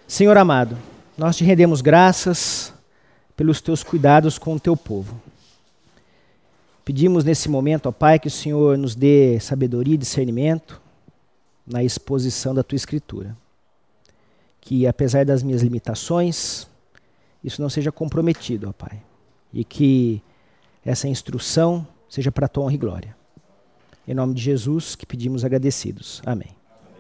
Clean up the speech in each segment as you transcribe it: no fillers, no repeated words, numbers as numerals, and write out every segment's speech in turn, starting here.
Senhor amado, nós te rendemos graças pelos teus cuidados com o teu povo. Pedimos nesse momento, ó Pai, que o Senhor nos dê sabedoria e discernimento na exposição da tua Escritura. Que, apesar das minhas limitações, isso não seja comprometido, ó Pai. E que essa instrução seja para a tua honra e glória. Em nome de Jesus que pedimos agradecidos. Amém.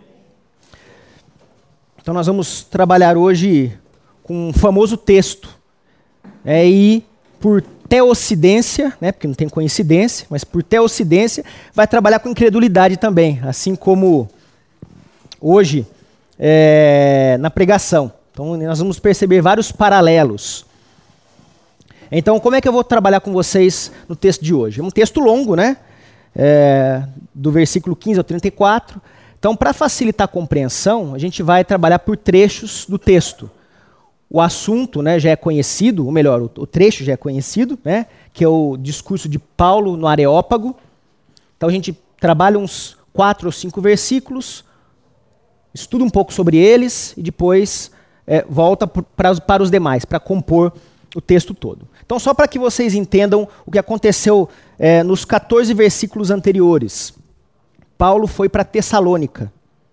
Então nós vamos trabalhar hoje com um famoso texto. E por teocidência, né, porque não tem coincidência, mas por teocidência, vai trabalhar com incredulidade também, assim como hoje na pregação. Então nós vamos perceber vários paralelos. Então como é que eu vou trabalhar com vocês no texto de hoje? É um texto longo, né? Do versículo 15 ao 34. Então, para facilitar a compreensão, a gente vai trabalhar por trechos do texto. O assunto, né, já é conhecido, ou melhor, o trecho já é conhecido, né, que é o discurso de Paulo no Areópago. Então a gente trabalha uns 4 ou 5 versículos, estuda um pouco sobre eles e depois volta para os demais, para compor o texto todo. Então, só para que vocês entendam o que aconteceu nos 14 versículos anteriores. Paulo foi para Tessalônica.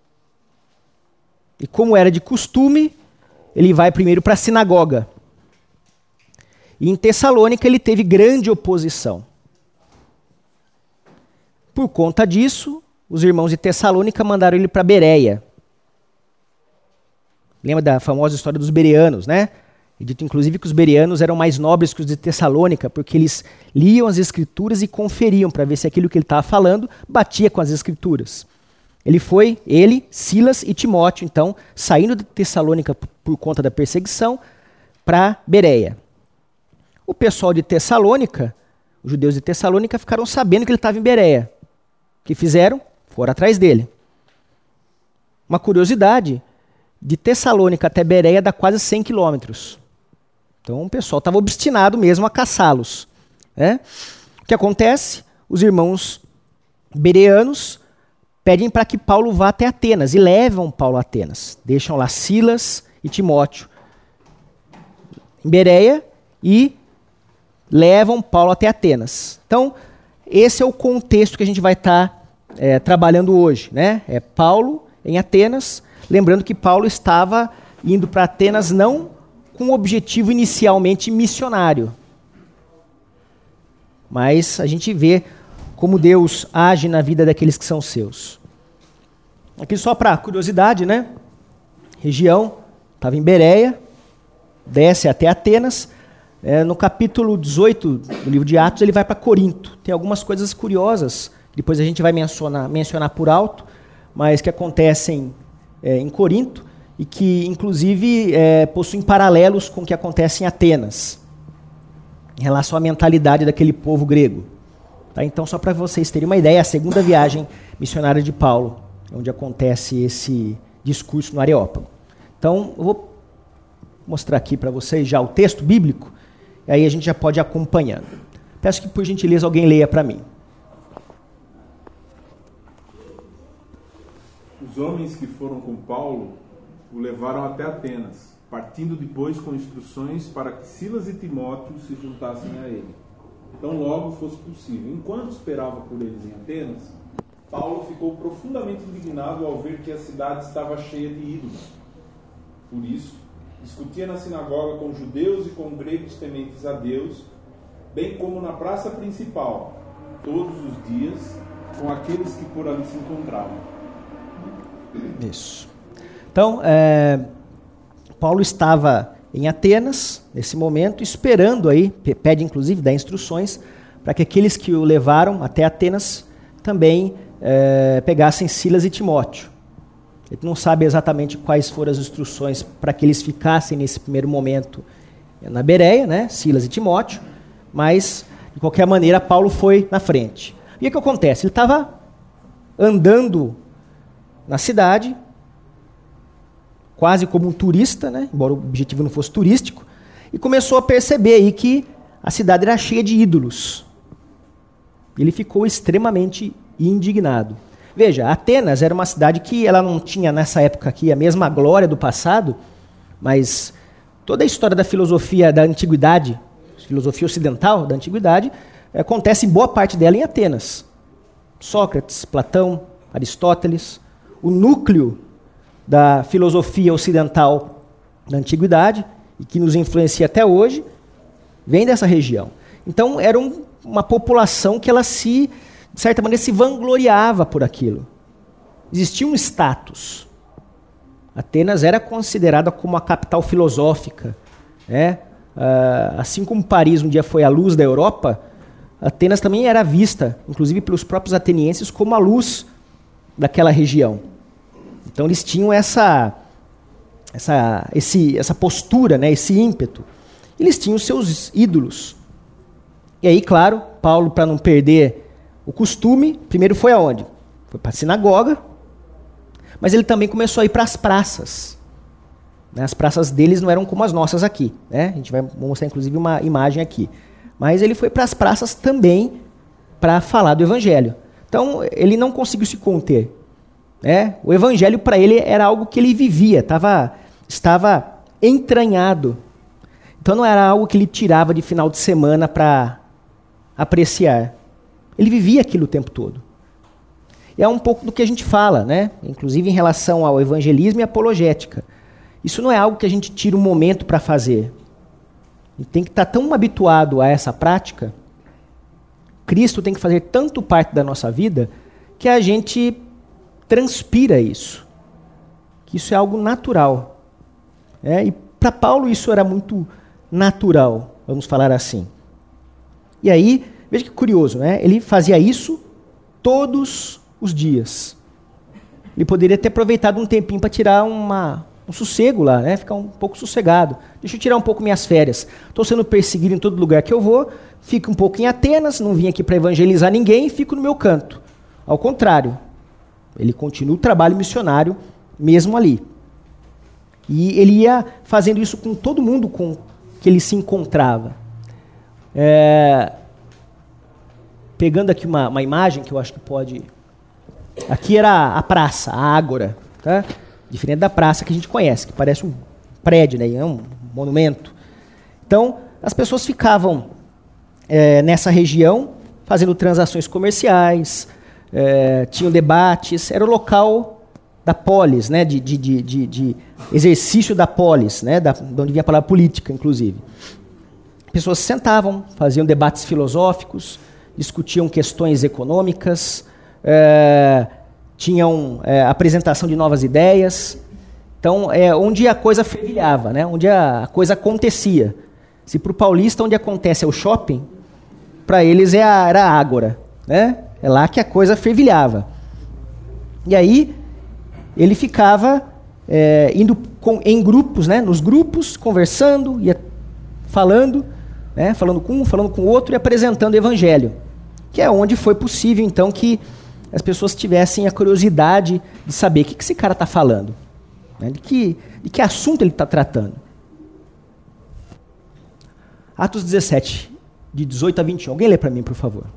E como era de costume, ele vai primeiro para a sinagoga. E em Tessalônica ele teve grande oposição. Por conta disso, os irmãos de Tessalônica mandaram ele para Bereia. Lembra da famosa história dos bereanos, né? É dito inclusive que os bereanos eram mais nobres que os de Tessalônica, porque eles liam as escrituras e conferiam para ver se aquilo que ele estava falando batia com as escrituras. Ele, Silas e Timóteo, então, saindo de Tessalônica por conta da perseguição, para Bereia. O pessoal de Tessalônica, os judeus de Tessalônica, ficaram sabendo que ele estava em Bereia. O que fizeram? Foram atrás dele. Uma curiosidade, de Tessalônica até Bereia dá quase 100 quilômetros. Então o pessoal estava obstinado mesmo a caçá-los. Né? O que acontece? Os irmãos bereanos pedem para que Paulo vá até Atenas e levam Paulo a Atenas. Deixam lá Silas e Timóteo em Bereia e levam Paulo até Atenas. Então, esse é o contexto que a gente vai estar trabalhando hoje. Né? É Paulo em Atenas, lembrando que Paulo estava indo para Atenas não com o objetivo inicialmente missionário. Mas a gente vê como Deus age na vida daqueles que são seus. Aqui só para curiosidade, né? Região, estava em Bereia, desce até Atenas. No capítulo 18 do livro de Atos, ele vai para Corinto. Tem algumas coisas curiosas, depois a gente vai mencionar por alto, mas que acontecem em Corinto, e que, inclusive, possuem paralelos com o que acontece em Atenas, em relação à mentalidade daquele povo grego. Tá? Então, só para vocês terem uma ideia, é a segunda viagem missionária de Paulo, onde acontece esse discurso no Areópago. Então, eu vou mostrar aqui para vocês já o texto bíblico, e aí a gente já pode ir acompanhando. Peço que, por gentileza, alguém leia para mim. Os homens que foram com Paulo o levaram até Atenas, partindo depois com instruções para que Silas e Timóteo se juntassem a ele. Tão logo fosse possível. Enquanto esperava por eles em Atenas, Paulo ficou profundamente indignado ao ver que a cidade estava cheia de ídolos. Por isso, discutia na sinagoga com judeus e com gregos tementes a Deus, bem como na praça principal, todos os dias, com aqueles que por ali se encontravam. Isso. Então, Paulo estava em Atenas, nesse momento, esperando aí, pede inclusive, dá instruções, para que aqueles que o levaram até Atenas também pegassem Silas e Timóteo. Ele não sabe exatamente quais foram as instruções para que eles ficassem nesse primeiro momento na Bereia, né, Silas e Timóteo, mas, de qualquer maneira, Paulo foi na frente. E o que acontece? Ele estava andando na cidade, quase como um turista, né? Embora o objetivo não fosse turístico, e começou a perceber aí que a cidade era cheia de ídolos. Ele ficou extremamente indignado. Veja, Atenas era uma cidade que ela não tinha nessa época aqui a mesma glória do passado, Mas toda a história da filosofia da antiguidade, filosofia ocidental da antiguidade, acontece em boa parte dela em Atenas. Sócrates, Platão, Aristóteles. O núcleo da filosofia ocidental da antiguidade, e que nos influencia até hoje, vem dessa região. Então, era uma população que ela de certa maneira, se vangloriava por aquilo. Existia um status. Atenas era considerada como a capital filosófica, né? Assim como Paris um dia foi a luz da Europa, Atenas também era vista, inclusive pelos próprios atenienses, como a luz daquela região. Então eles tinham essa postura, né? Esse ímpeto. Eles tinham seus ídolos. E aí, claro, Paulo, para não perder o costume, primeiro foi aonde? Foi para a sinagoga, mas ele também começou a ir para as praças. As praças deles não eram como as nossas aqui, né? A gente vai mostrar inclusive uma imagem aqui. Mas ele foi para as praças também para falar do evangelho. Então, ele não conseguiu se conter, né? O evangelho para ele era algo que ele vivia, estava entranhado. Então não era algo que ele tirava de final de semana para apreciar. Ele vivia aquilo o tempo todo. E é um pouco do que a gente fala, né? Inclusive em relação ao evangelismo e apologética. Isso não é algo que a gente tira um momento para fazer. A gente tem que estar tão habituado a essa prática, Cristo tem que fazer tanto parte da nossa vida, que a gente transpira isso. Que isso é algo natural. E para Paulo isso era muito natural, vamos falar assim. E aí, veja que curioso, né? Ele fazia isso todos os dias. Ele poderia ter aproveitado um tempinho para tirar um sossego lá, né? Ficar um pouco sossegado. Deixa eu tirar um pouco minhas férias. Estou sendo perseguido em todo lugar que eu vou, fico um pouco em Atenas, não vim aqui para evangelizar ninguém, fico no meu canto. Ao contrário, ele continua o trabalho missionário mesmo ali. E ele ia fazendo isso com todo mundo com que ele se encontrava. Pegando aqui uma imagem que eu acho que pode... Aqui era a praça, a ágora, tá? Diferente da praça que a gente conhece, que parece um prédio, né? É um monumento. Então, as pessoas ficavam nessa região, fazendo transações comerciais, tinham debates, era o local da polis, né? de exercício da polis, né? De onde vinha a palavra política, inclusive. Pessoas se sentavam, faziam debates filosóficos, discutiam questões econômicas, tinham apresentação de novas ideias. Então, onde a coisa fervilhava, né? Onde a coisa acontecia. Se para o paulista onde acontece é o shopping, para eles era a ágora, né? É lá que a coisa fervilhava. E aí, ele ficava indo em grupos, né? Nos grupos, conversando, ia falando, né? Falando com um, falando com o outro e apresentando o evangelho. Que é onde foi possível, então, que as pessoas tivessem a curiosidade de saber o que esse cara está falando. Né? De que assunto ele está tratando. Atos 17, de 18 a 21. Alguém lê para mim, por favor.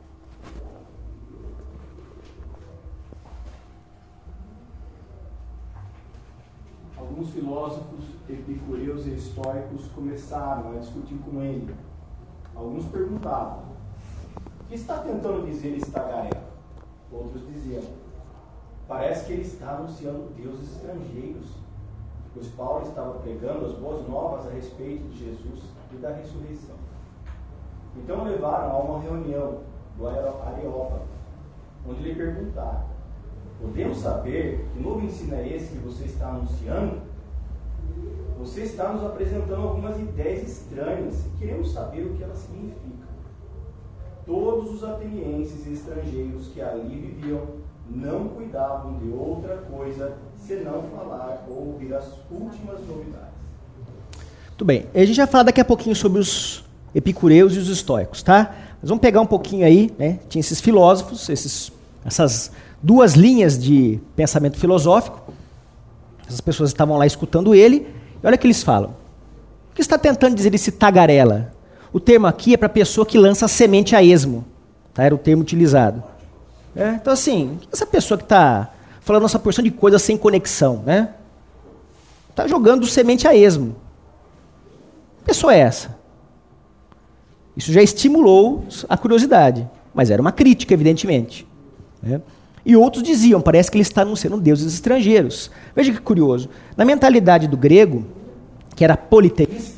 Alguns filósofos epicureus e estoicos começaram a discutir com ele. Alguns perguntavam: o que está tentando dizer esse tagarela? Outros diziam: parece que ele está anunciando deuses estrangeiros, pois Paulo estava pregando as boas novas a respeito de Jesus e da ressurreição. Então levaram a uma reunião do Areópago, onde lhe perguntaram: podemos saber que novo ensino é esse que você está anunciando? Você está nos apresentando algumas ideias estranhas e queremos saber o que elas significam. Todos os atenienses e estrangeiros que ali viviam não cuidavam de outra coisa senão falar ou ouvir as últimas novidades. Muito bem. A gente vai falar daqui a pouquinho sobre os epicureus e os estoicos, tá? Mas vamos pegar um pouquinho aí, né? Tinha esses filósofos, essas duas linhas de pensamento filosófico. Essas pessoas estavam lá escutando ele. E olha o que eles falam. O que está tentando dizer esse tagarela? O termo aqui é para a pessoa que lança a semente a esmo. Tá? Era o termo utilizado. Então, assim, essa pessoa que está falando essa porção de coisas sem conexão, né? Está jogando semente a esmo. Que pessoa é essa? Isso já estimulou a curiosidade, mas era uma crítica, evidentemente. Né? E outros diziam, parece que ele está anunciando deuses estrangeiros. Veja que curioso. Na mentalidade do grego, que era politeísta,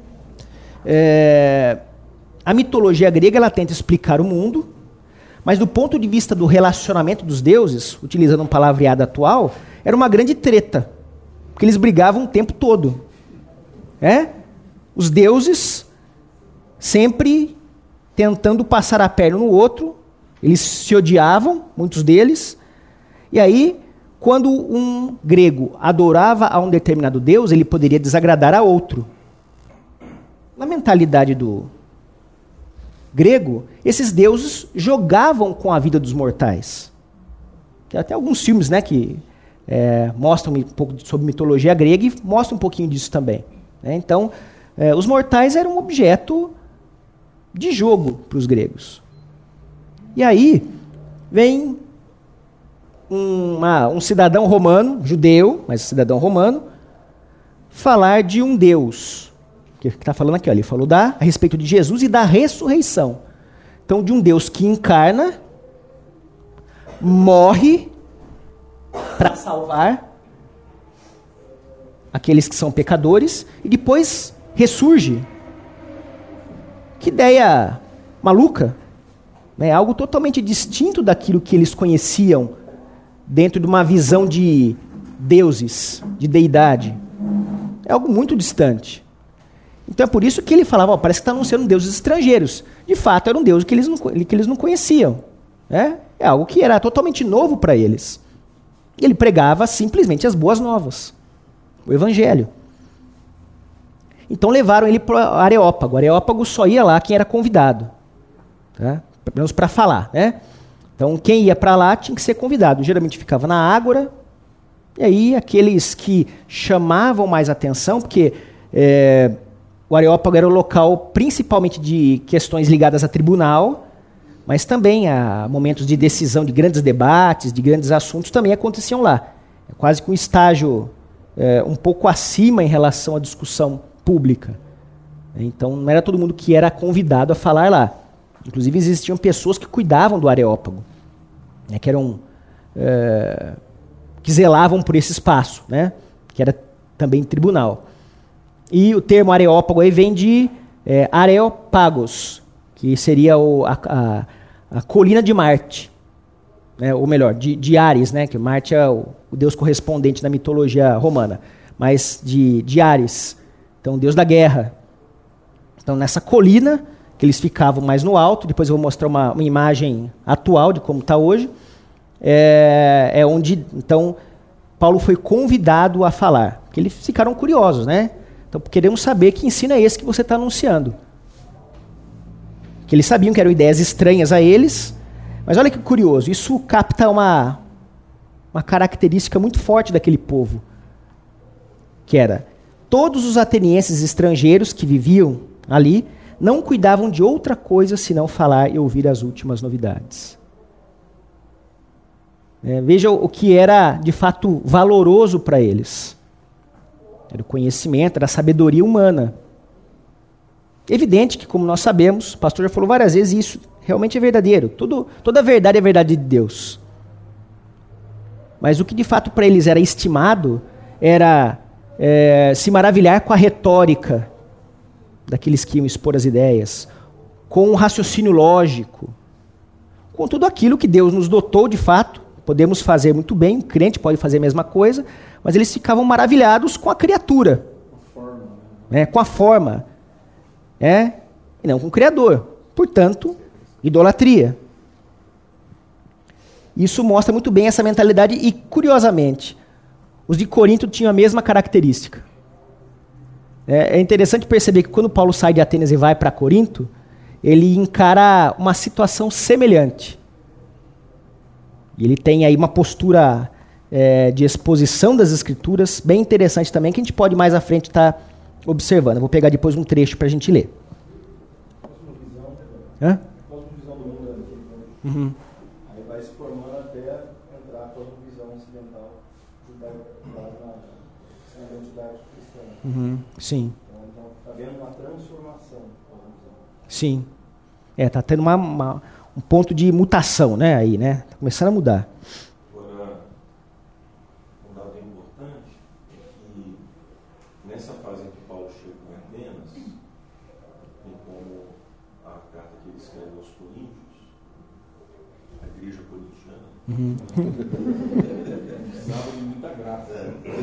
a mitologia grega ela tenta explicar o mundo, mas do ponto de vista do relacionamento dos deuses, utilizando um palavreado atual, era uma grande treta, porque eles brigavam o tempo todo. Os deuses sempre tentando passar a perna no outro, eles se odiavam, muitos deles, e aí, quando um grego adorava a um determinado deus, ele poderia desagradar a outro. Na mentalidade do grego, esses deuses jogavam com a vida dos mortais. Tem até alguns filmes, né, que mostram um pouco sobre mitologia grega e mostram um pouquinho disso também. Então, os mortais eram um objeto de jogo para os gregos. E aí, vem um cidadão romano, judeu, mas cidadão romano, falar de um Deus. Que está falando aqui, ó, ele falou a respeito de Jesus e da ressurreição. Então, de um Deus que encarna, morre para salvar aqueles que são pecadores e depois ressurge. Que ideia maluca! Algo totalmente distinto daquilo que eles conheciam dentro de uma visão de deuses, de deidade. É algo muito distante. Então é por isso que ele falava, parece que está anunciando deuses estrangeiros. De fato, era um deus que eles não conheciam. É algo que era totalmente novo para eles. E ele pregava simplesmente as boas novas, o evangelho. Então levaram ele para o Areópago. O Areópago só ia lá quem era convidado. Tá? Pelo menos para falar. Né? Então quem ia para lá tinha que ser convidado. Geralmente ficava na ágora. E aí aqueles que chamavam mais atenção, porque o Areópago era o local principalmente de questões ligadas a tribunal, mas também a momentos de decisão de grandes debates, de grandes assuntos também aconteciam lá. É quase que um estágio um pouco acima em relação à discussão pública. Então não era todo mundo que era convidado a falar lá. Inclusive existiam pessoas que cuidavam do Areópago, que eram que zelavam por esse espaço, que era também tribunal. E o termo Areópago aí vem de Areopagos, que seria a colina de Marte, ou melhor, de Ares, que Marte é o deus correspondente na mitologia romana, mas de Ares, então deus da guerra. Então nessa colina, que eles ficavam mais no alto, depois eu vou mostrar uma imagem atual de como está hoje, é onde então Paulo foi convidado a falar, porque eles ficaram curiosos, Então queremos saber que ensino é esse que você está anunciando. Que eles sabiam que eram ideias estranhas a eles, mas olha que curioso, isso capta uma característica muito forte daquele povo, que era, todos os atenienses estrangeiros que viviam ali não cuidavam de outra coisa senão falar e ouvir as últimas novidades. Veja o que era de fato valoroso para eles. Era o conhecimento, era a sabedoria humana. Evidente que, como nós sabemos, o pastor já falou várias vezes, e isso realmente é verdadeiro. Toda verdade é verdade de Deus. Mas o que de fato para eles era estimado era se maravilhar com a retórica daqueles que iam expor as ideias, com o raciocínio lógico, com tudo aquilo que Deus nos dotou de fato. Podemos fazer muito bem, o crente pode fazer a mesma coisa, mas eles ficavam maravilhados com a criatura, com a forma, e não com o Criador. Portanto, idolatria. Isso mostra muito bem essa mentalidade e, curiosamente, os de Corinto tinham a mesma característica. É interessante perceber que quando Paulo sai de Atenas e vai para Corinto, ele encara uma situação semelhante. E ele tem aí uma postura de exposição das Escrituras bem interessante também, que a gente pode mais à frente estar observando. Eu vou pegar depois um trecho para a gente ler. Cosmovisão do mundo aqui. Aí vai se formando até entrar a cosmovisão ocidental judaica, na cristã. Sim. Então, está vendo uma transformação. Sim. Está tendo um ponto de mutação, né? Aí, né? Tá começando a mudar. Agora, um dado importante é que nessa fase em que Paulo chega em Atenas, tem como a carta que ele escreve aos Coríntios, a igreja corintiana, Precisava de muita graça.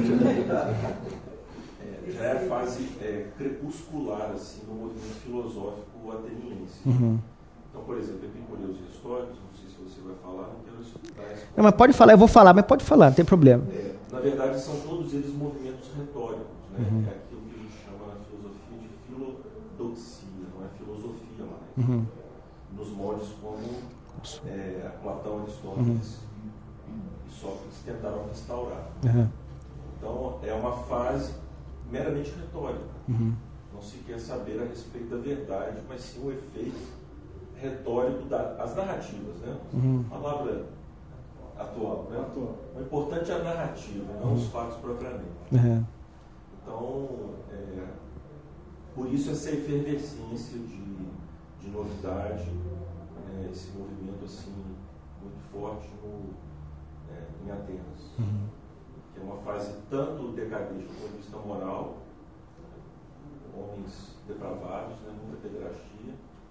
Já é a fase crepuscular assim, no movimento filosófico ateniense. Então, por exemplo, epicureus e estoicos, não sei se você vai falar, não quero estudar isso. Não, mas pode falar, eu vou falar, mas pode falar, não tem problema. Na verdade, são todos eles movimentos retóricos, né? É aquilo que a gente chama na filosofia de filodoxia, não é filosofia mais. Nos moldes como Platão, Aristóteles e Sócrates tentaram restaurar. Então, é uma fase meramente retórica. Não se quer saber a respeito da verdade, mas sim o efeito retórico das narrativas, né? Palavra atual, né? O importante é a narrativa, não os fatos propriamente. Então, por isso essa efervescência de novidade, esse movimento assim muito forte em Atenas, que é uma fase tanto decadente do ponto de vista moral, homens depravados, né? Muita pederastia,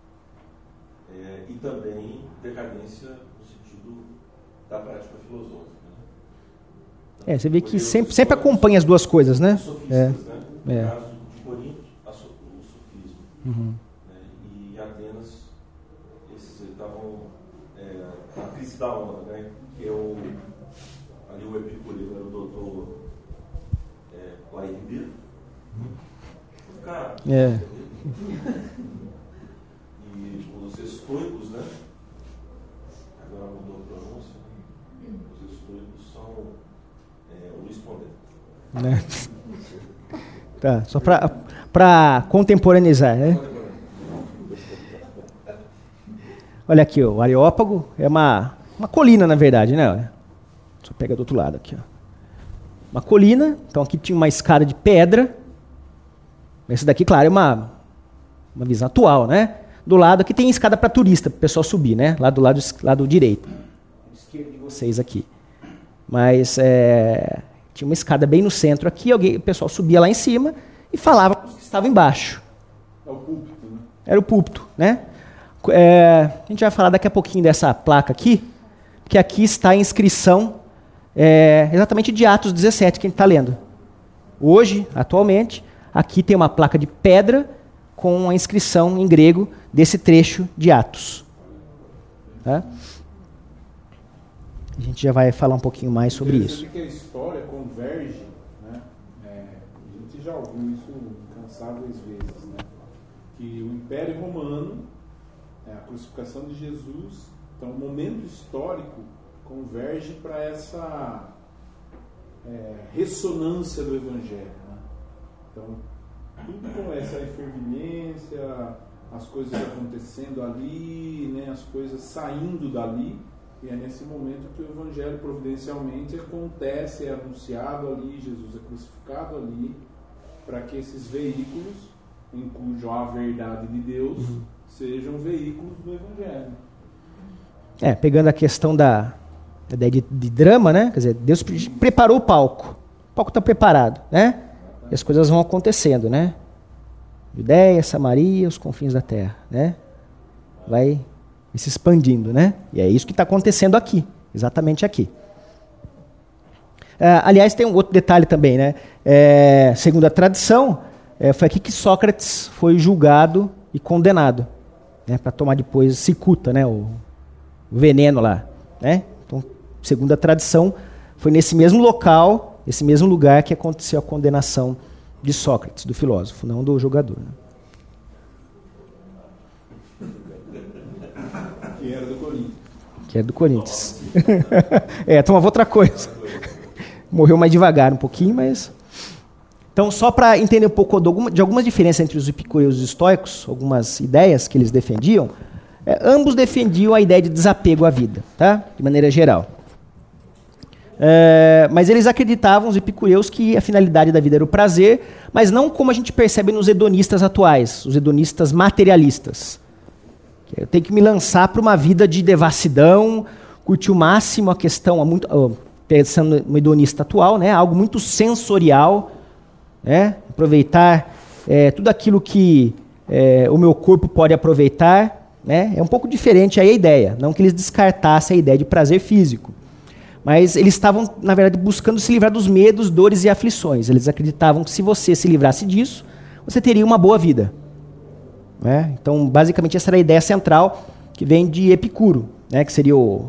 e também decadência no sentido da prática filosófica. Né? Você vê que sempre acompanha as duas coisas, né? Os sofistas, né? No caso de Corinto, o sofismo. Né? E em Atenas, esses estavam na crise da onda, né? Que ali o epicureu era o doutor Laí Ribeiro. Cara, e os estoicos, né? Agora mudou a pronúncia. Os estoicos são o Luiz Pondé. Tá, só para contemporaneizar, né? Olha aqui, o Areópago é uma colina, na verdade, né? Deixa eu pegar do outro lado aqui, ó. Uma colina, então aqui tinha uma escada de pedra. Esse daqui, claro, é uma visão atual, né? Do lado aqui tem escada para turista, para o pessoal subir, né? Lá do lado direito. Esquerdo de vocês aqui. Mas tinha uma escada bem no centro aqui, o pessoal subia lá em cima e falava com os que estavam embaixo. É o púlpito, né? Era o púlpito, né? A gente vai falar daqui a pouquinho dessa placa aqui, porque aqui está a inscrição exatamente de Atos 17 que a gente está lendo. Hoje, atualmente, aqui tem uma placa de pedra com a inscrição em grego desse trecho de Atos. Tá? A gente já vai falar um pouquinho mais sobre isso. Que a história converge, né? A gente já ouviu isso incansáveis vezes, né? Que o Império Romano, a crucificação de Jesus, então o momento histórico converge para essa ressonância do Evangelho. Né? Então, tudo com essa efervescência, as coisas acontecendo ali, né? As coisas saindo dali, e é nesse momento que o Evangelho providencialmente acontece, é anunciado ali, Jesus é crucificado ali, para que esses veículos, em cujo há a verdade de Deus, sejam veículos do Evangelho. Pegando a questão da ideia de drama, né? Quer dizer, Deus preparou o palco está preparado, né? E as coisas vão acontecendo, né? Judéia, Samaria, os confins da terra, né? Vai se expandindo, né? E é isso que está acontecendo aqui, exatamente aqui. Aliás, tem um outro detalhe também, né? Segundo a tradição, foi aqui que Sócrates foi julgado e condenado, né? Para tomar depois cicuta, né? O veneno lá, né? Então, segundo a tradição, foi nesse mesmo local, esse mesmo lugar que aconteceu a condenação de Sócrates, do filósofo, não do jogador. Né? Que era do Corinthians. Que era do Corinthians. Tomava outra coisa. Morreu mais devagar um pouquinho, mas... Então, só para entender um pouco de algumas diferenças entre os epicureus e os estoicos, algumas ideias que eles defendiam, ambos defendiam a ideia de desapego à vida, tá? De maneira geral. Mas eles acreditavam, os epicureus, que a finalidade da vida era o prazer, mas não como a gente percebe nos hedonistas atuais, os hedonistas materialistas. Eu tenho que me lançar para uma vida de devassidão, curtir o máximo a questão, pensando no hedonista atual, né, algo muito sensorial, né, aproveitar tudo aquilo que o meu corpo pode aproveitar, né, é um pouco diferente aí a ideia, não que eles descartassem a ideia de prazer físico, mas eles estavam, na verdade, buscando se livrar dos medos, dores e aflições. Eles acreditavam que se você se livrasse disso, você teria uma boa vida. Né? Então, basicamente, essa era a ideia central que vem de Epicuro, né? Que seria o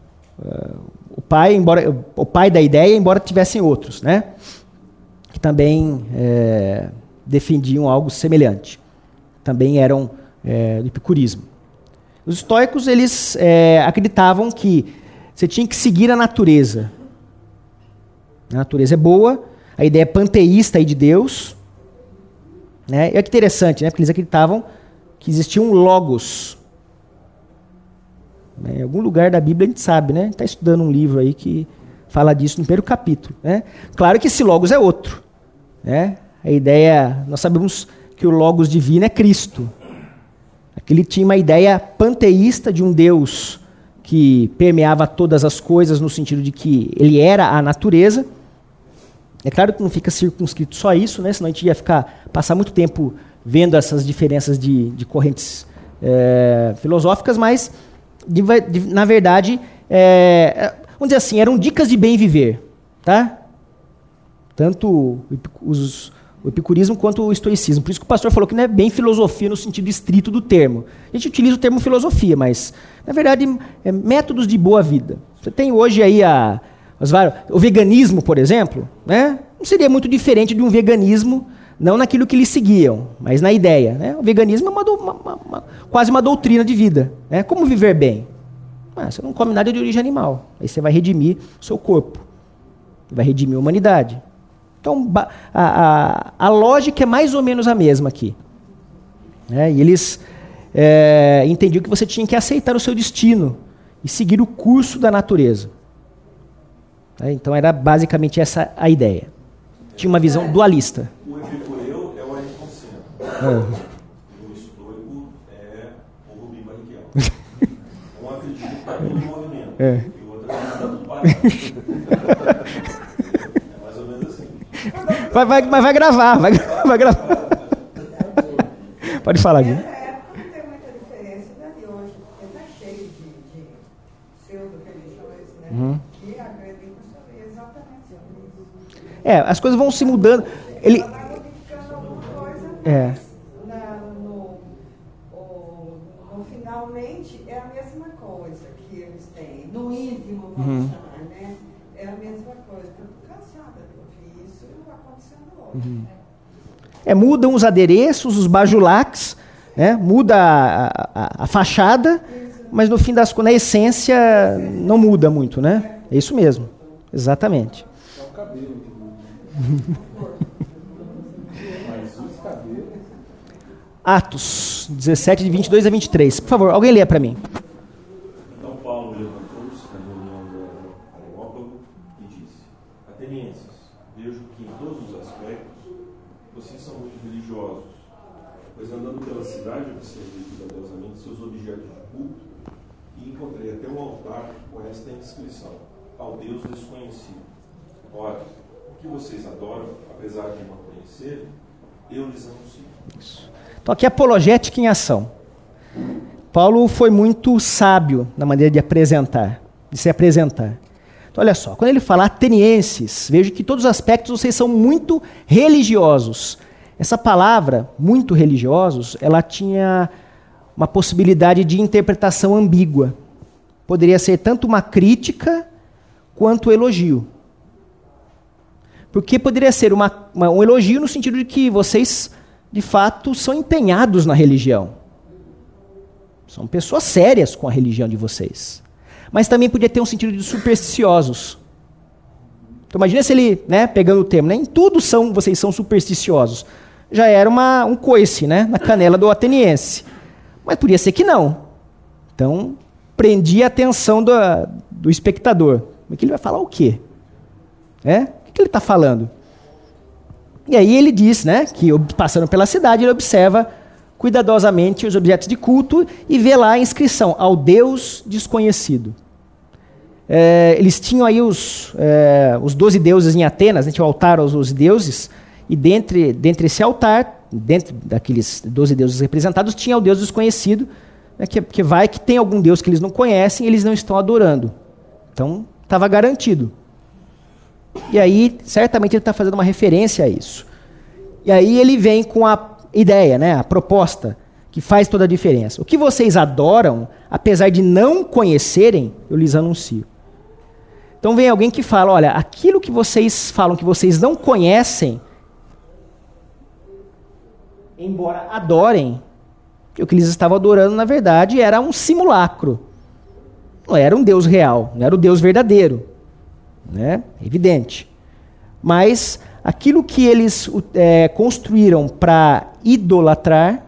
pai da ideia, embora tivessem outros, né? Que também defendiam algo semelhante. Também eram do epicurismo. Os estoicos, eles acreditavam que você tinha que seguir a natureza. A natureza é boa, a ideia panteísta aí de Deus. Né? E é interessante, né? Porque eles acreditavam que existia um logos. Em algum lugar da Bíblia a gente sabe, né? A gente está estudando um livro aí que fala disso no primeiro capítulo. Né? Claro que esse logos é outro. Né? A ideia, nós sabemos que o logos divino é Cristo. Aqui ele tinha uma ideia panteísta de um Deus que permeava todas as coisas no sentido de que ele era a natureza. É claro que não fica circunscrito só a isso, né? Senão a gente ia passar muito tempo vendo essas diferenças de correntes filosóficas, os na verdade, vamos dizer assim, eram dicas de bem viver, tá? Tanto o epicurismo quanto o estoicismo. Por isso que o pastor falou que não é bem filosofia no sentido estrito do termo. A gente utiliza o termo filosofia, mas, na verdade, é métodos de boa vida. Você tem hoje aí o veganismo, por exemplo, né? Não seria muito diferente de um veganismo, não naquilo que eles seguiam, mas na ideia. Né? O veganismo é quase uma doutrina de vida. Né? Como viver bem? Você não come nada de origem animal. Aí você vai redimir o seu corpo. Vai redimir a humanidade. Então, a lógica é mais ou menos a mesma aqui. Né? E eles entendiam que você tinha que aceitar o seu destino e seguir o curso da natureza. Então, era basicamente essa a ideia. Tinha uma visão dualista. O epicureu é o Ayrton. O estoico é o Rubem Barrichello. Um acredita que está todo o movimento. E o outro acredita que está tudo parado. É mais ou menos assim. Mas vai gravar. Pode falar, Gui. Nessa época não tem muita diferença da de hoje, porque está cheio de pseudo-religiões, né? Que acreditam sobre exatamente isso. As coisas vão se mudando. Ele está modificando alguma coisa, mas no finalmente é a mesma coisa que eles têm. No íntimo, vamos chamar, né? É a mesma coisa. Eu estou cansada de ouvir isso e não está acontecendo hoje. Mudam os adereços, os bajulaques, né? Muda a fachada, mas no fim das contas, na essência, não muda muito, né? É isso mesmo, exatamente. É o cabelo que muda. Mas os cabelos... Atos 17, de 22 a 23. Por favor, alguém lê para mim. Então Paulo levantou-se na reunião do Areópago e disse: Atenienses, vejo que em todos os aspectos vocês são muito religiosos, pois andando pela cidade observei cuidadosamente seus objetos de culto e encontrei até um altar com esta inscrição: ao Deus desconhecido. Ora, o que vocês adoram, apesar de não conhecerem, eu lhes anuncio. Isso. Então aqui é apologética em ação. Paulo foi muito sábio na maneira de se apresentar. Então olha só, quando ele fala atenienses, vejo que em todos os aspectos vocês são muito religiosos. Essa palavra, muito religiosos, ela tinha uma possibilidade de interpretação ambígua. Poderia ser tanto uma crítica quanto um elogio. Porque poderia ser um elogio no sentido de que vocês, de fato, são empenhados na religião. São pessoas sérias com a religião de vocês. Mas também podia ter um sentido de supersticiosos. Então imagina se ele, pegando o termo, em tudo vocês são supersticiosos. Já era um coice, na canela do ateniense. Mas podia ser que não. Então, prendia a atenção do espectador. Mas que ele vai falar o quê? O que ele está falando? E aí ele diz, né, que passando pela cidade, ele observa cuidadosamente os objetos de culto e vê lá a inscrição, ao Deus desconhecido. Eles tinham aí os 12 deuses em Atenas, né, tinha o altar aos 12 deuses, e dentre esse altar, dentro daqueles 12 deuses representados, tinha o Deus desconhecido, né, que tem algum Deus que eles não conhecem e eles não estão adorando. Então, estava garantido. E aí, certamente ele está fazendo uma referência a isso. E aí ele vem com a ideia, né, a proposta, que faz toda a diferença. O que vocês adoram, apesar de não conhecerem, eu lhes anuncio. Então vem alguém que fala, olha, aquilo que vocês falam que vocês não conhecem, embora adorem, o que eles estavam adorando, na verdade, era um simulacro. Não era um Deus real, não era o Deus verdadeiro. Né? Evidente. Mas aquilo que eles construíram para idolatrar,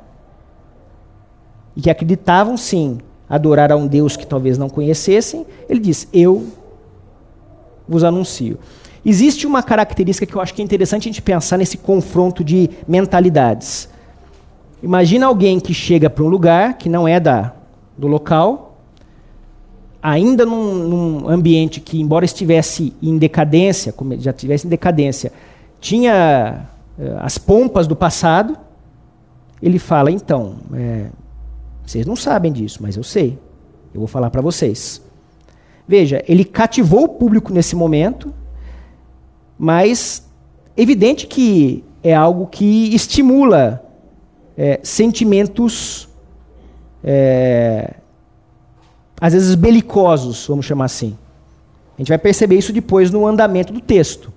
e que acreditavam, sim, adorar a um Deus que talvez não conhecessem, ele diz, eu vos anuncio. Existe uma característica que eu acho que é interessante a gente pensar nesse confronto de mentalidades. Imagina alguém que chega para um lugar que não é do local, ainda num ambiente que, embora estivesse em decadência, como já estivesse em decadência, tinha as pompas do passado, ele fala, então, vocês não sabem disso, mas eu sei, eu vou falar para vocês. Veja, ele cativou o público nesse momento, mas evidente que é algo que estimula sentimentos, às vezes belicosos, vamos chamar assim. A gente vai perceber isso depois no andamento do texto.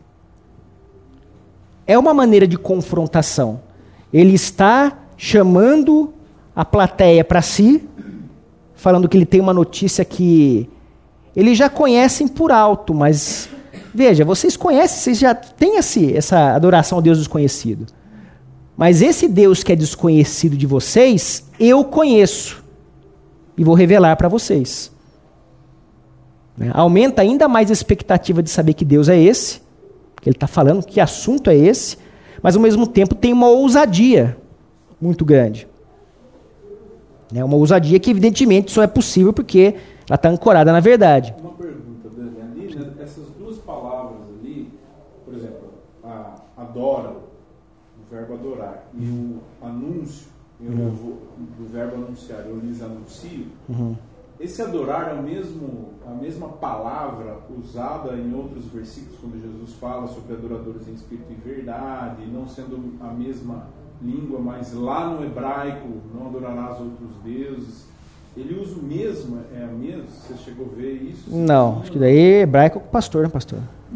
É uma maneira de confrontação. Ele está chamando a plateia para si, falando que ele tem uma notícia que eles já conhecem por alto, mas veja, vocês conhecem, vocês já têm essa adoração ao Deus desconhecido. Mas esse Deus que é desconhecido de vocês, eu conheço. E vou revelar para vocês. Aumenta ainda mais a expectativa de saber que Deus é esse, que ele está falando, que assunto é esse, mas ao mesmo tempo tem uma ousadia muito grande. Uma ousadia que evidentemente só é possível porque ela está ancorada na verdade. Uma pergunta, ali, né, essas duas palavras ali, por exemplo, adora, o verbo adorar, e o anúncio, do verbo anunciar, eu lhes anuncio, esse adorar é a mesma palavra usada em outros versículos, quando Jesus fala sobre adoradores em espírito e verdade, não sendo a mesma língua, mas lá no hebraico, não adorarás outros deuses. Ele usa o mesmo, é a mesma? Você chegou a ver isso? Não, acho que daí é hebraico com pastor, né, pastor?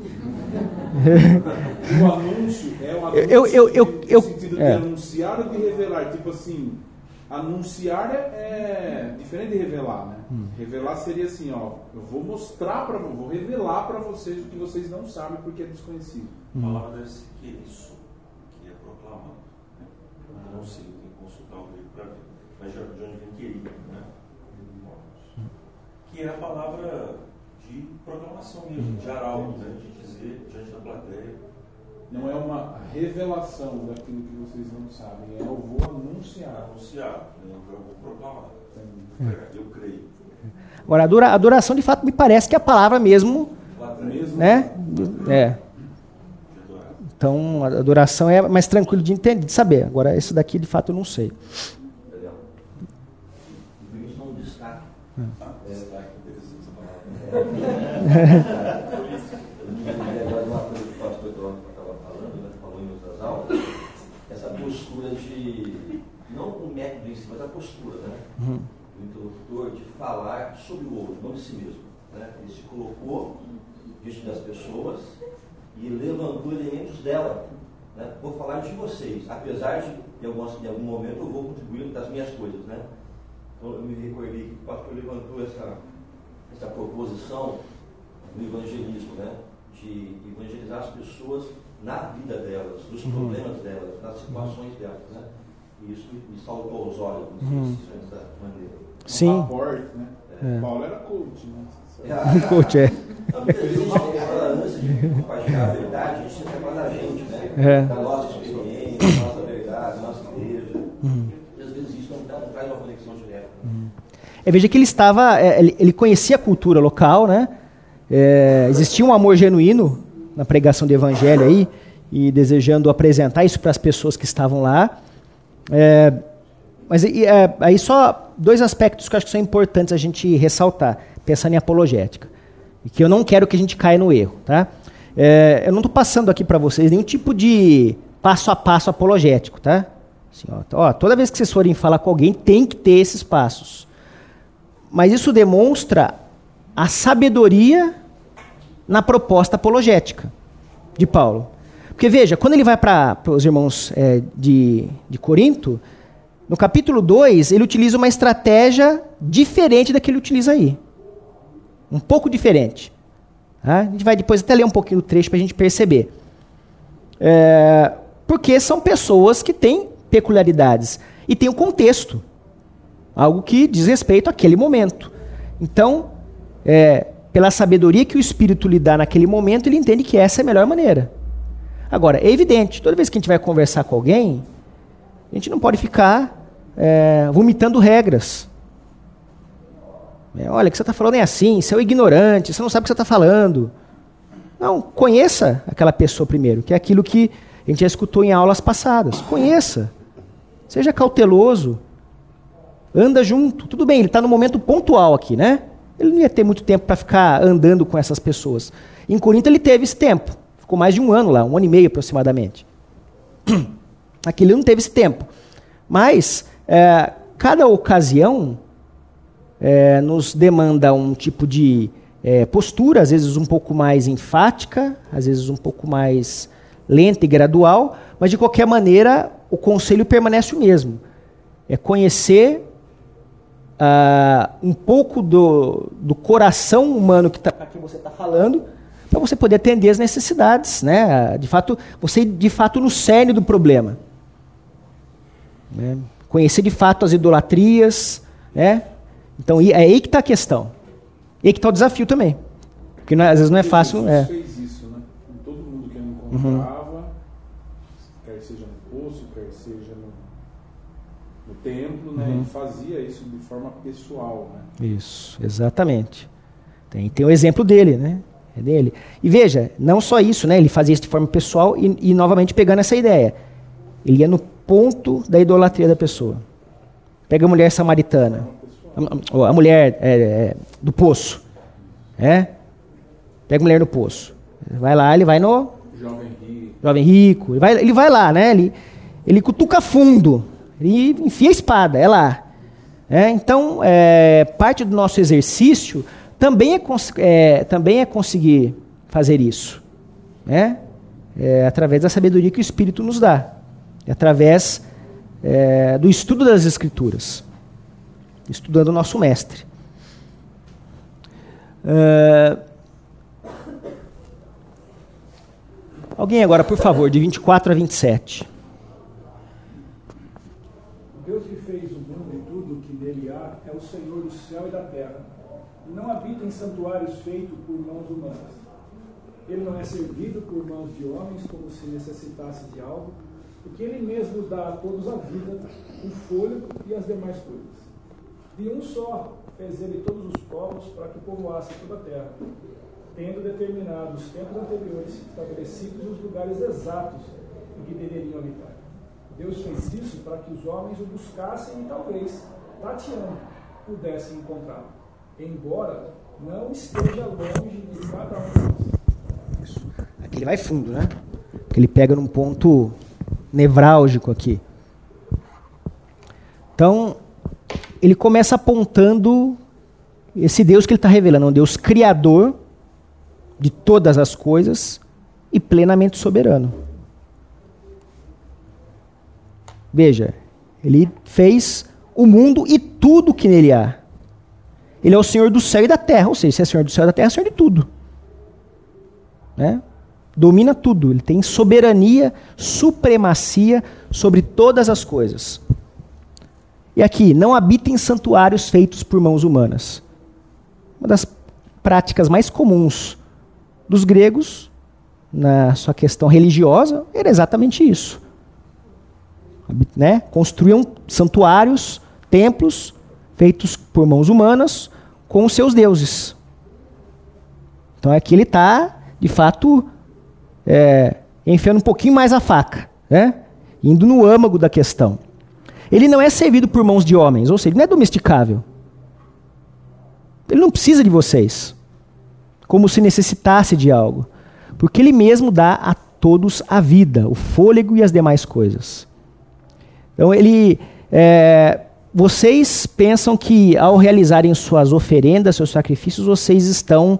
O anúncio é o anúncio no sentido de anunciar ou de revelar. Tipo assim, anunciar é diferente de revelar, né? Revelar seria assim, ó, eu vou vou revelar para vocês o que vocês não sabem porque é desconhecido. A palavra deve ser que isso, que é proclamado. Não sei, tem que consultar o grego para ver. Mas de onde vem querido, né? Que é a palavra de proclamação mesmo, de arauto, né? De dizer diante da plateia. Não é uma revelação daquilo que vocês não sabem, eu vou anunciar. Anunciar, né? Eu vou proclamar. Eu creio. Agora, a adoração, de fato, me parece que é a palavra mesmo, né? Então, a adoração é mais tranquilo de entender, de saber. Agora, esse daqui, de fato, eu não sei. Essa postura de, não o método em si, mas a postura, né? O interlocutor de falar sobre o outro, não de si mesmo, né? Ele se colocou diante das pessoas e levantou elementos dela, né? Vou falar de vocês, apesar de em algum momento eu vou contribuir das minhas coisas, né? Então eu me recordei que o pastor levantou essa proposição do evangelismo, né? De evangelizar as pessoas na vida delas, nos problemas delas, nas situações delas, né? E isso me saltou aos olhos, dessa maneira. Sim. Rapport, né? Paulo era coach, né? Coach, Muitas vezes a gente tem aquela ânsia de compartilhar a verdade, a gente sempre fala da gente, né? Da nossa experiência, da nossa verdade, da nossa igreja. E às vezes isso não traz uma conexão direta. Veja que ele estava, ele conhecia a cultura local, né? Existia um amor genuíno na pregação do evangelho aí, e desejando apresentar isso para as pessoas que estavam lá. Mas aí só 2 aspectos que eu acho que são importantes a gente ressaltar, pensando em apologética, e que eu não quero que a gente caia no erro. Tá? Eu não estou passando aqui para vocês nenhum tipo de passo a passo apologético. Tá? Assim, toda vez que vocês forem falar com alguém, tem que ter esses passos. Mas isso demonstra a sabedoria na proposta apologética de Paulo. Porque veja, quando ele vai para os irmãos de Corinto, no capítulo 2, ele utiliza uma estratégia diferente da que ele utiliza aí. Um pouco diferente. Tá? A gente vai depois até ler um pouquinho do trecho para a gente perceber. Porque são pessoas que têm peculiaridades e tem um contexto. Algo que diz respeito àquele momento. Então, pela sabedoria que o Espírito lhe dá naquele momento, ele entende que essa é a melhor maneira. Agora, é evidente, toda vez que a gente vai conversar com alguém, a gente não pode ficar vomitando regras. Olha, o que você está falando é assim, você é um ignorante, você não sabe o que você está falando. Não, conheça aquela pessoa primeiro, que é aquilo que a gente já escutou em aulas passadas. Conheça. Seja cauteloso. Anda junto. Tudo bem, ele está no momento pontual aqui, né? Ele não ia ter muito tempo para ficar andando com essas pessoas. Em Corinto ele teve esse tempo. Ficou mais de 1 ano lá, 1 ano e meio aproximadamente. Aqui ele não teve esse tempo. Mas, cada ocasião nos demanda um tipo de postura, às vezes um pouco mais enfática, às vezes um pouco mais lenta e gradual, mas de qualquer maneira o conselho permanece o mesmo. É conhecer um pouco do coração humano que você está falando, para você poder atender as necessidades, né? De fato, você ir de fato no cerne do problema, né? Conhecer de fato as idolatrias, né? Então é aí que está a questão, e aí que está o desafio também, porque às vezes não é fácil. Jesus fez isso, né? Com todo mundo que ele encontrava, quer seja no poço, quer seja no templo, né? Ele fazia isso de forma pessoal, né? Isso, exatamente. Tem o exemplo dele, né? É dele. E veja, não só isso, né? Ele fazia isso de forma pessoal e novamente pegando essa ideia. Ele ia no ponto da idolatria da pessoa. Pega a mulher samaritana, a mulher do poço. Pega a mulher no poço. Vai lá, ele vai no jovem rico. Ele vai lá, né? Ele cutuca fundo. Ele enfia a espada, é lá. Então, parte do nosso exercício também é conseguir fazer isso, né? Através da sabedoria que o Espírito nos dá, através do estudo das Escrituras, estudando o nosso mestre. Alguém agora, por favor, de 24 a 27. Deus que fez o mundo e tudo que nele há é o Senhor do céu e da terra, e não habita em santuários feitos por mãos humanas. Ele não é servido por mãos de homens como se necessitasse de algo, porque ele mesmo dá a todos a vida, o fôlego e as demais coisas. De um só fez ele todos os povos para que povoasse toda a terra, tendo determinado os tempos anteriores, estabelecidos os lugares exatos em que deveriam habitar. Deus fez isso para que os homens o buscassem e talvez, tateando, pudessem encontrá-lo, embora não esteja longe de cada um deles. Aqui ele vai fundo, né? Porque ele pega num ponto nevrálgico aqui. Então, ele começa apontando esse Deus que ele está revelando, um Deus criador de todas as coisas e plenamente soberano. Veja, ele fez o mundo e tudo que nele há. Ele é o Senhor do céu e da terra, ou seja, se é Senhor do céu e da terra, é Senhor de tudo. Né? Domina tudo, ele tem soberania, supremacia sobre todas as coisas. E aqui, não habita em santuários feitos por mãos humanas. Uma das práticas mais comuns dos gregos, na sua questão religiosa, era exatamente isso. Né? Construíam santuários, templos, feitos por mãos humanas, com os seus deuses. Então aqui ele está, de fato, enfiando um pouquinho mais a faca, né? Indo no âmago da questão. Ele não é servido por mãos de homens, ou seja, ele não é domesticável. Ele não precisa de vocês, como se necessitasse de algo, porque ele mesmo dá a todos a vida, o fôlego e as demais coisas. Então vocês pensam que ao realizarem suas oferendas, seus sacrifícios, vocês estão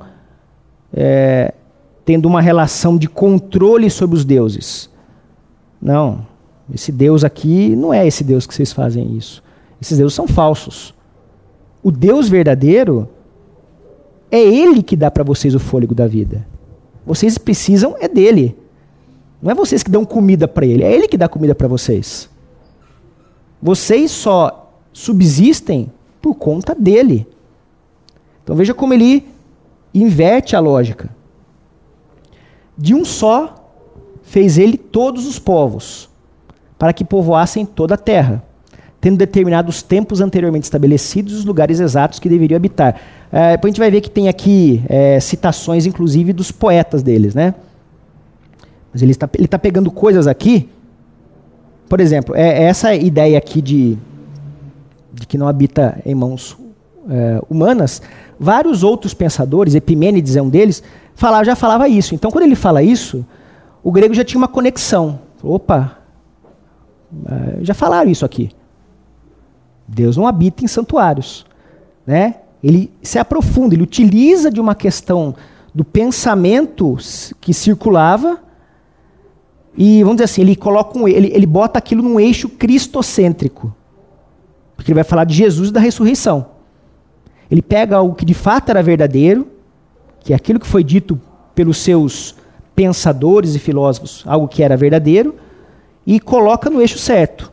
tendo uma relação de controle sobre os deuses. Não, esse Deus aqui não é esse Deus que vocês fazem isso. Esses deuses são falsos. O Deus verdadeiro é Ele que dá para vocês o fôlego da vida. Vocês precisam dele. Não é vocês que dão comida para Ele, é Ele que dá comida para vocês. Vocês só subsistem por conta dele. Então veja como ele inverte a lógica. De um só fez ele todos os povos, para que povoassem toda a terra, tendo determinado os tempos anteriormente estabelecidos e os lugares exatos que deveriam habitar. Depois a gente vai ver que tem aqui citações, inclusive, dos poetas deles, né? Mas ele está pegando coisas aqui, por exemplo, essa ideia aqui de que não habita em mãos humanas. Vários outros pensadores, Epimênides é um deles, já falava isso. Então, quando ele fala isso, o grego já tinha uma conexão. Opa, já falaram isso aqui. Deus não habita em santuários, né? Ele se aprofunda, ele utiliza de uma questão do pensamento que circulava e, vamos dizer assim, ele bota aquilo num eixo cristocêntrico. Porque ele vai falar de Jesus e da ressurreição. Ele pega algo que de fato era verdadeiro, que é aquilo que foi dito pelos seus pensadores e filósofos, algo que era verdadeiro, e coloca no eixo certo.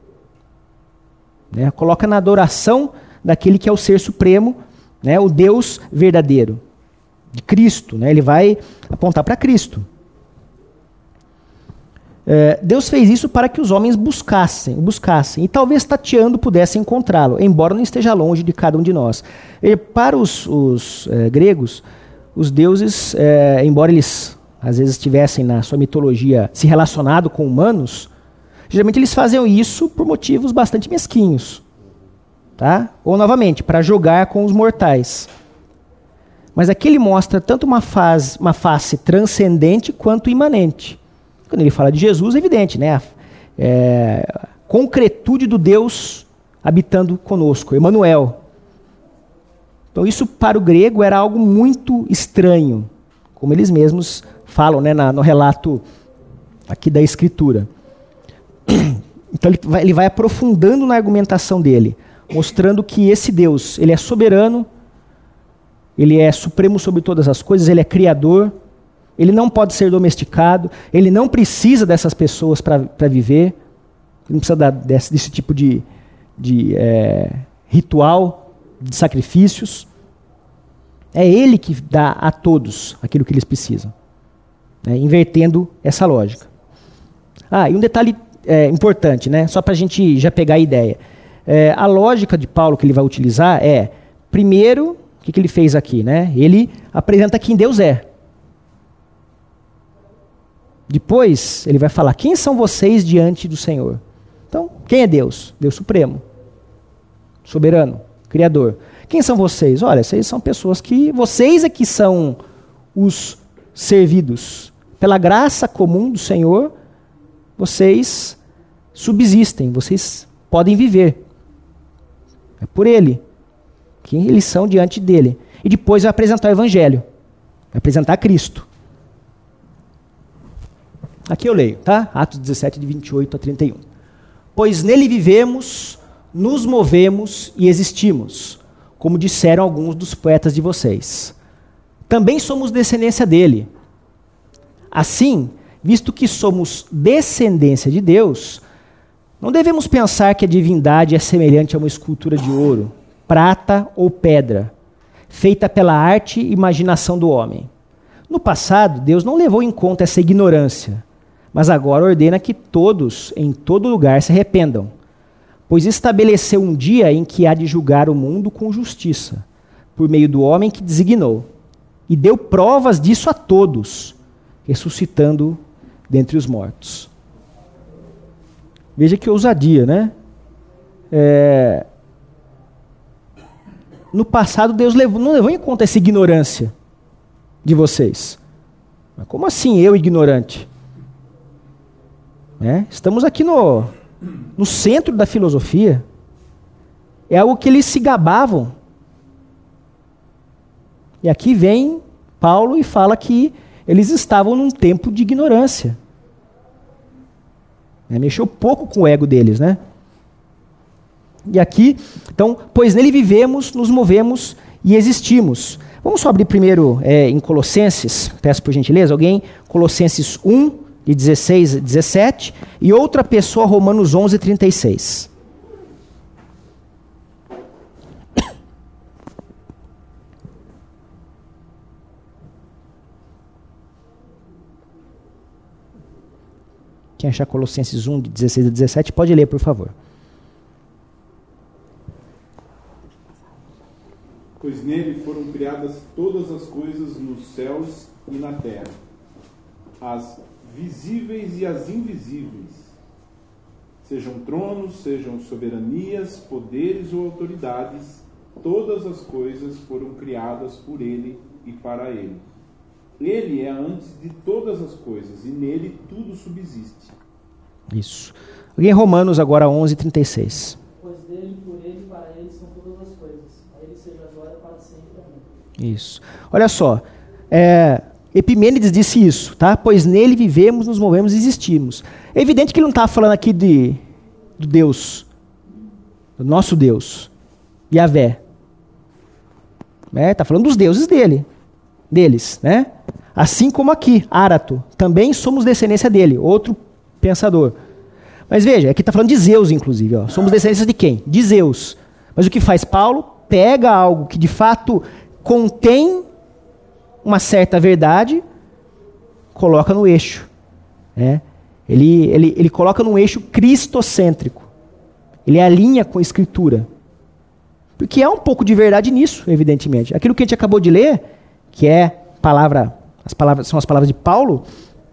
Né? Coloca na adoração daquele que é o ser supremo, né? O Deus verdadeiro, de Cristo. Né? Ele vai apontar para Cristo. Deus fez isso para que os homens buscassem, e talvez tateando pudessem encontrá-lo, embora não esteja longe de cada um de nós. Para os gregos, os deuses, embora eles às vezes tivessem na sua mitologia se relacionado com humanos, geralmente eles faziam isso por motivos bastante mesquinhos. Tá? Ou, novamente, para jogar com os mortais. Mas aqui ele mostra tanto uma face transcendente quanto imanente. Quando ele fala de Jesus, é evidente, né? A concretude do Deus habitando conosco, Emmanuel. Então isso para o grego era algo muito estranho, como eles mesmos falam, né, no relato aqui da Escritura. Então ele vai aprofundando na argumentação dele, mostrando que esse Deus, ele é soberano, ele é supremo sobre todas as coisas, ele é criador, ele não pode ser domesticado, ele não precisa dessas pessoas para viver, ele não precisa desse tipo de ritual, de sacrifícios. É ele que dá a todos aquilo que eles precisam, né, invertendo essa lógica. E um detalhe importante, né, só para a gente já pegar a ideia. A lógica de Paulo que ele vai utilizar primeiro, o que ele fez aqui? Né? Ele apresenta quem Deus é. Depois, ele vai falar, quem são vocês diante do Senhor? Então, quem é Deus? Deus supremo, soberano, criador. Quem são vocês? Olha, vocês são pessoas que... Vocês é que são os servidos. Pela graça comum do Senhor, vocês subsistem, vocês podem viver. É por Ele. Quem eles são diante dele. E depois vai apresentar o Evangelho. Vai apresentar Cristo. Aqui eu leio, tá? Atos 17, de 28 a 31. Pois nele vivemos, nos movemos e existimos, como disseram alguns dos poetas de vocês. Também somos descendência dele. Assim, visto que somos descendência de Deus, não devemos pensar que a divindade é semelhante a uma escultura de ouro, prata ou pedra, feita pela arte e imaginação do homem. No passado, Deus não levou em conta essa ignorância, mas agora ordena que todos, em todo lugar, se arrependam, pois estabeleceu um dia em que há de julgar o mundo com justiça, por meio do homem que designou, e deu provas disso a todos, ressuscitando dentre os mortos. Veja que ousadia, né? No passado, Deus não levou em conta essa ignorância de vocês. Mas como assim eu, ignorante? Estamos aqui no centro da filosofia. É algo que eles se gabavam. E aqui vem Paulo e fala que eles estavam num tempo de ignorância. Mexeu pouco com o ego deles, né? E aqui, então, pois nele vivemos, nos movemos e existimos. Vamos só abrir primeiro em Colossenses, peço por gentileza, alguém, Colossenses 1, de 16 a 17, e outra pessoa, Romanos 11, 36. Quem achar Colossenses 1, de 16 a 17, pode ler, por favor. Pois nele foram criadas todas as coisas nos céus e na terra, as visíveis e as invisíveis, sejam tronos, sejam soberanias, poderes ou autoridades, todas as coisas foram criadas por ele e para ele. Ele é antes de todas as coisas, e nele tudo subsiste. Isso. Em Romanos agora 11, 36. Pois dele, por ele e para ele são todas as coisas. A ele seja a glória para sempre. Amém. Isso. Olha só. Epimênides disse isso, tá? Pois nele vivemos, nos movemos e existimos. É evidente que ele não está falando aqui do Deus, do nosso Deus, Yahvé. Está falando dos deuses deles, né? Assim como aqui, Árato, também somos descendência dele, outro pensador. Mas veja, aqui está falando de Zeus, inclusive. Ó. Somos descendências de quem? De Zeus. Mas o que faz Paulo? Pega algo que de fato contém uma certa verdade, coloca no eixo. Né? Ele coloca num eixo cristocêntrico. Ele alinha com a Escritura. Porque há um pouco de verdade nisso, evidentemente. Aquilo que a gente acabou de ler, que é são as palavras de Paulo,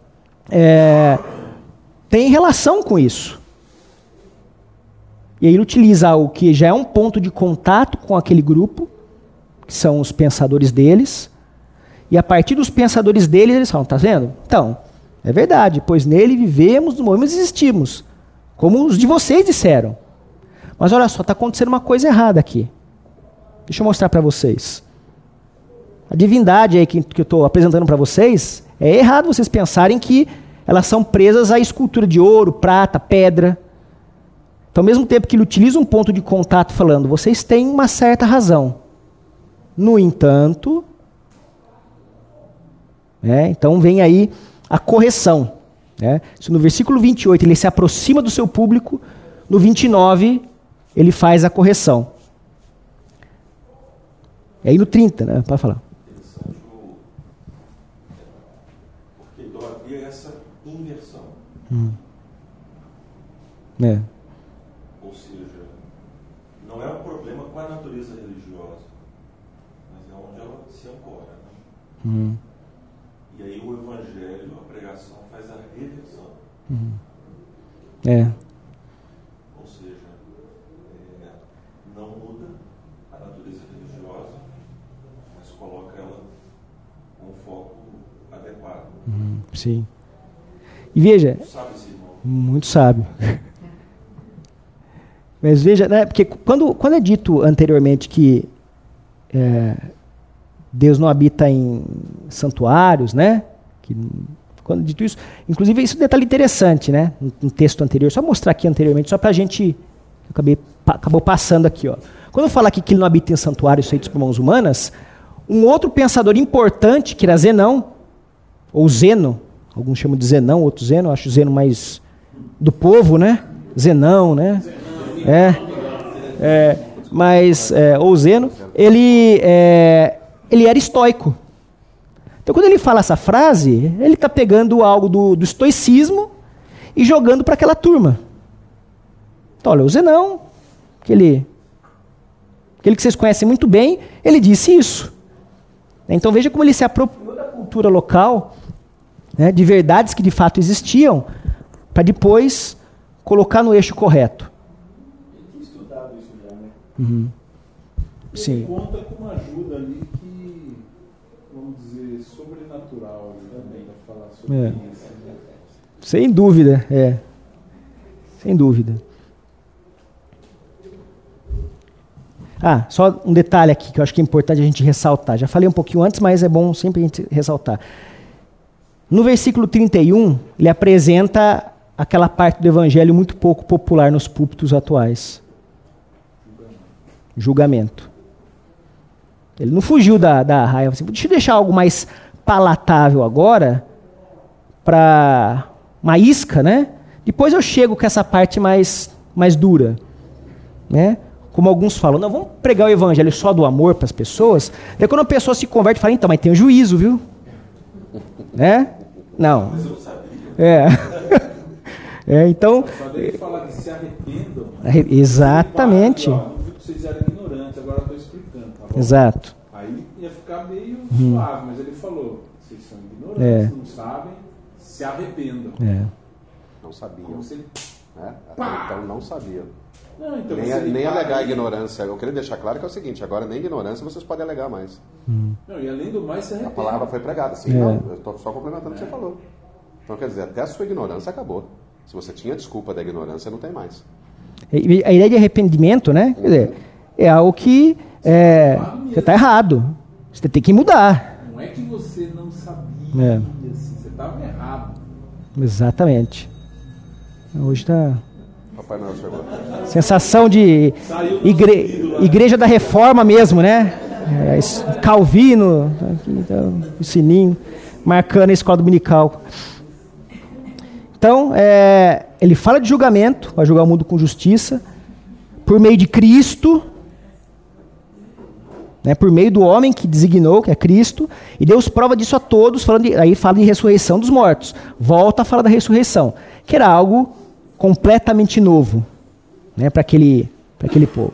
tem relação com isso. E aí ele utiliza algo que já é um ponto de contato com aquele grupo, que são os pensadores deles, e a partir dos pensadores deles, eles falam, tá vendo? Então, é verdade, pois nele vivemos, nos movemos e existimos, como os de vocês disseram. Mas olha só, está acontecendo uma coisa errada aqui. Deixa eu mostrar para vocês. A divindade aí que eu estou apresentando para vocês, é errado vocês pensarem que elas são presas à escultura de ouro, prata, pedra. Então, ao mesmo tempo que ele utiliza um ponto de contato falando, vocês têm uma certa razão. No entanto, então vem aí a correção. Se no versículo 28 ele se aproxima do seu público, no 29 ele faz a correção. E aí no 30, né? Pode falar. Porque idolatria é essa inversão. Ou seja, não é um problema com a natureza religiosa, mas é onde ela se ancora. Né? E aí o evangelho, a pregação, faz a reversão. Ou seja, não muda a natureza religiosa, mas coloca ela com um foco adequado. Sim. E veja, muito sábio. Mas veja, né, porque quando é dito anteriormente que Deus não habita em santuários, né? Quando dito isso, inclusive isso é um detalhe interessante, né? Um texto anterior, só mostrar aqui anteriormente, só para a gente, acabou passando aqui, ó. Quando fala aqui que ele não habita em santuários feitos por mãos humanas, um outro pensador importante, que era Zenão, ou Zeno, alguns chamam de Zenão, outros Zeno, eu acho o Zeno mais do povo, né? Zenão, né? Ou Zeno, ele era estoico. Então, quando ele fala essa frase, ele está pegando algo do estoicismo e jogando para aquela turma. Então, olha, o Zenão, aquele que vocês conhecem muito bem, ele disse isso. Então, veja como ele se apropriou da cultura local, né, de verdades que de fato existiam, para depois colocar no eixo correto. Ele tinha estudado isso já, né? Uhum. Ele Sim. conta com uma ajuda ali que, vamos dizer, sobrenatural também, para falar sobre isso. Né? Sem dúvida, sem dúvida. Só um detalhe aqui que eu acho que é importante a gente ressaltar. Já falei um pouquinho antes, mas é bom sempre a gente ressaltar. No versículo 31, ele apresenta aquela parte do evangelho muito pouco popular nos púlpitos atuais. Julgamento. Ele não fugiu da raiva. Assim, deixa eu deixar algo mais palatável agora, para uma isca, né? Depois eu chego com essa parte mais dura, né? Como alguns falam, não, vamos pregar o evangelho só do amor para as pessoas. Daí quando a pessoa se converte, fala, então, mas tem o juízo, viu? Né? Não. Mas eu sabia. Então... Só dele falar que se arrependam. Exatamente. Não viu que vocês eram ignorantes, agora eu estou explicando. Tá bom? Exato. Aí ia ficar meio suave, mas ele falou, vocês são ignorantes, não sabem, se arrependam. Não sabiam. Como se... Né? Até então não sabiam. Não, então Nem alegar a ignorância. Eu queria deixar claro que é o seguinte, agora nem ignorância vocês podem alegar mais. Não, e além do mais, se A arrependam. palavra foi pregada. Sim, não, eu estou só complementando o que você falou. Então, quer dizer, até a sua ignorância acabou. Se você tinha desculpa da ignorância, não tem mais. A ideia de arrependimento, né? Quer dizer, é algo que você está errado. Você tem que mudar. Não é que você não sabia, assim, você estava errado. Exatamente. Hoje está... Papai Noel chegou. Sensação de igreja da reforma mesmo, né? Calvino, aqui, então, o sininho, marcando a escola dominical. Então, ele fala de julgamento, vai julgar o mundo com justiça, por meio de Cristo, né, por meio do homem que designou, que é Cristo, e Deus prova disso a todos, aí fala de ressurreição dos mortos. Volta a falar da ressurreição, que era algo completamente novo, né, para aquele povo.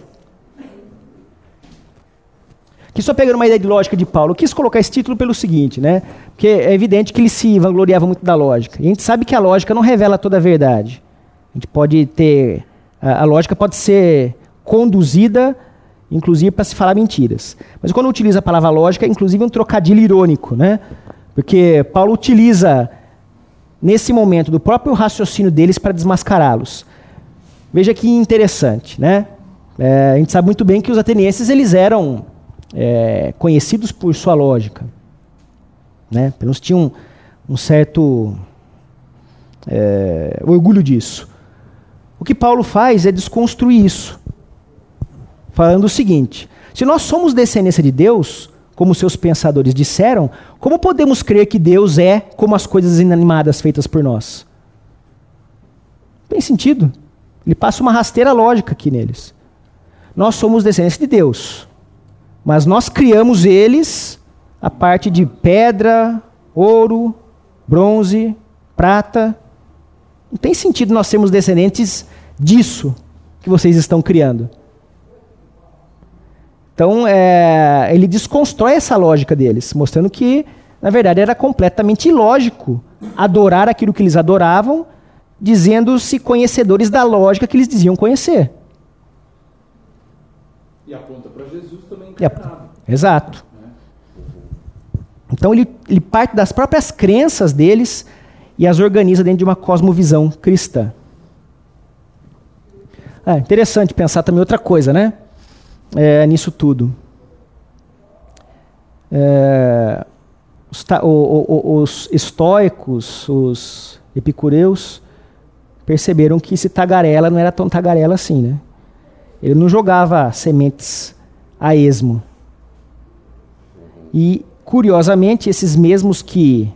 Aqui só pegando uma ideia de lógica de Paulo, eu quis colocar esse título pelo seguinte, né, porque é evidente que ele se vangloriava muito da lógica, e a gente sabe que a lógica não revela toda a verdade. A gente pode ter, a lógica pode ser conduzida, inclusive para se falar mentiras. Mas quando utiliza a palavra lógica, inclusive é um trocadilho irônico, né, porque Paulo utiliza nesse momento do próprio raciocínio deles para desmascará-los. Veja que interessante, né? A gente sabe muito bem que os atenienses eles eram conhecidos por sua lógica, né? Eles tinham um certo orgulho disso. O que Paulo faz é desconstruir isso, falando o seguinte: se nós somos descendência de Deus, como seus pensadores disseram, como podemos crer que Deus é como as coisas inanimadas feitas por nós? Tem sentido? Ele passa uma rasteira lógica aqui neles. Nós somos descendentes de Deus, mas nós criamos eles a parte de pedra, ouro, bronze, prata. Não tem sentido nós sermos descendentes disso que vocês estão criando. Então, ele desconstrói essa lógica deles, mostrando que, na verdade, era completamente ilógico adorar aquilo que eles adoravam, dizendo-se conhecedores da lógica que eles diziam conhecer. E aponta para Jesus também encarnado. Exato. Então, ele parte das próprias crenças deles e as organiza dentro de uma cosmovisão cristã. Interessante pensar também outra coisa, né? Nisso tudo. Os estoicos, os epicureus, perceberam que esse tagarela não era tão tagarela assim, né? Ele não jogava sementes a esmo. E, curiosamente, esses mesmos que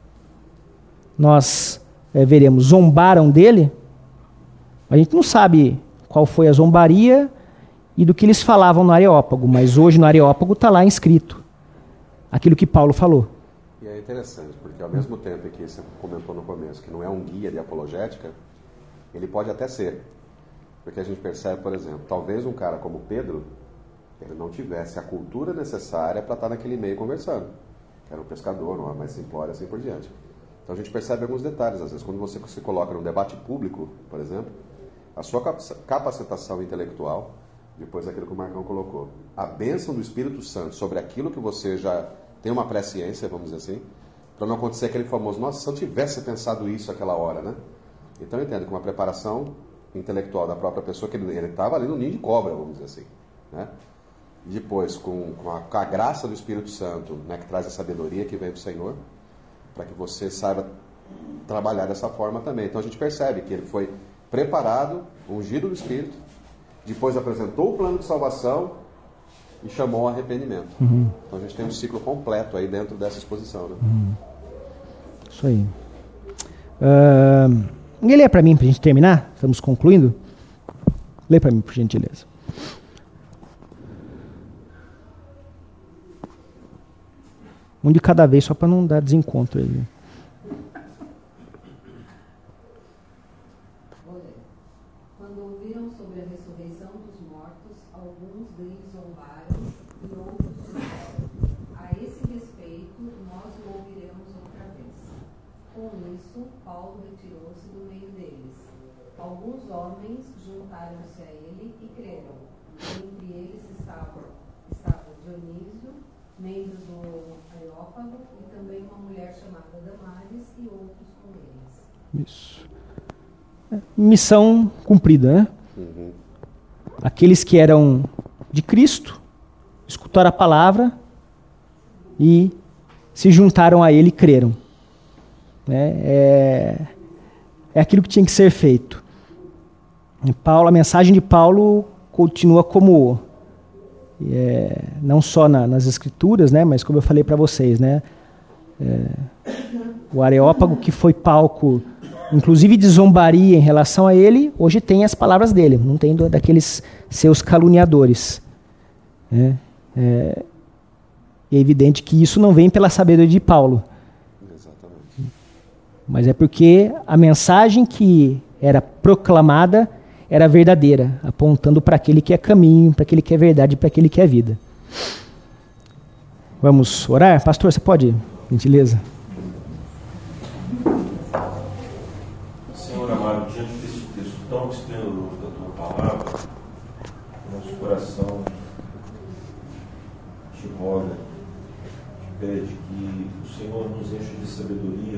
nós veremos zombaram dele, a gente não sabe qual foi a zombaria e do que eles falavam no Areópago, mas hoje no Areópago está lá inscrito aquilo que Paulo falou. E é interessante, porque ao mesmo tempo que você comentou no começo que não é um guia de apologética, ele pode até ser. Porque a gente percebe, por exemplo, talvez um cara como Pedro, ele não tivesse a cultura necessária para estar naquele meio conversando. Que era um pescador, uma mais simplória, assim por diante. Então a gente percebe alguns detalhes, às vezes. Quando você se coloca num debate público, por exemplo, a sua capacitação intelectual, depois daquilo que o Marcão colocou, a bênção do Espírito Santo sobre aquilo que você já tem uma presciência, vamos dizer assim, para não acontecer aquele famoso, nossa, se eu tivesse pensado isso aquela hora, né? Então eu entendo que uma preparação intelectual da própria pessoa, que ele estava ali no ninho de cobra, vamos dizer assim, né? E depois, com a graça do Espírito Santo, né, que traz a sabedoria que vem do Senhor, para que você saiba trabalhar dessa forma também. Então a gente percebe que ele foi preparado, ungido do Espírito, depois apresentou o plano de salvação e chamou ao arrependimento. Então a gente tem um ciclo completo aí dentro dessa exposição, né? Isso aí. Ninguém lê para mim, para a gente terminar? Estamos concluindo? Lê para mim, por gentileza. Um de cada vez, só para não dar desencontro aí. Quando ouviram sobre a ressurreição dos mortos, alguns deles zombaram e outros disseram: a esse respeito, nós o ouviremos outra vez. Com isso, Paulo retirou-se do meio deles. Alguns homens juntaram-se a ele e creram. Entre eles estava Dionísio, membro do Areópago, e também uma mulher chamada Damaris e outros com eles. Isso. Missão cumprida, né? Aqueles que eram de Cristo escutaram a palavra e se juntaram a ele e creram. É aquilo que tinha que ser feito. E Paulo, a mensagem de Paulo continua como não só nas Escrituras, né, mas como eu falei para vocês, né, o Areópago, que foi palco, inclusive de zombaria em relação a ele, hoje tem as palavras dele, não tem daqueles seus caluniadores. É evidente que isso não vem pela sabedoria de Paulo. Exatamente. Mas é porque a mensagem que era proclamada era verdadeira, apontando para aquele que é caminho, para aquele que é verdade, para aquele que é vida. Vamos orar? Pastor, você pode, gentileza? Senhor amado, diante desse texto tão esplendoroso da Tua Palavra, nosso coração te roga, te pede que o Senhor nos encha de sabedoria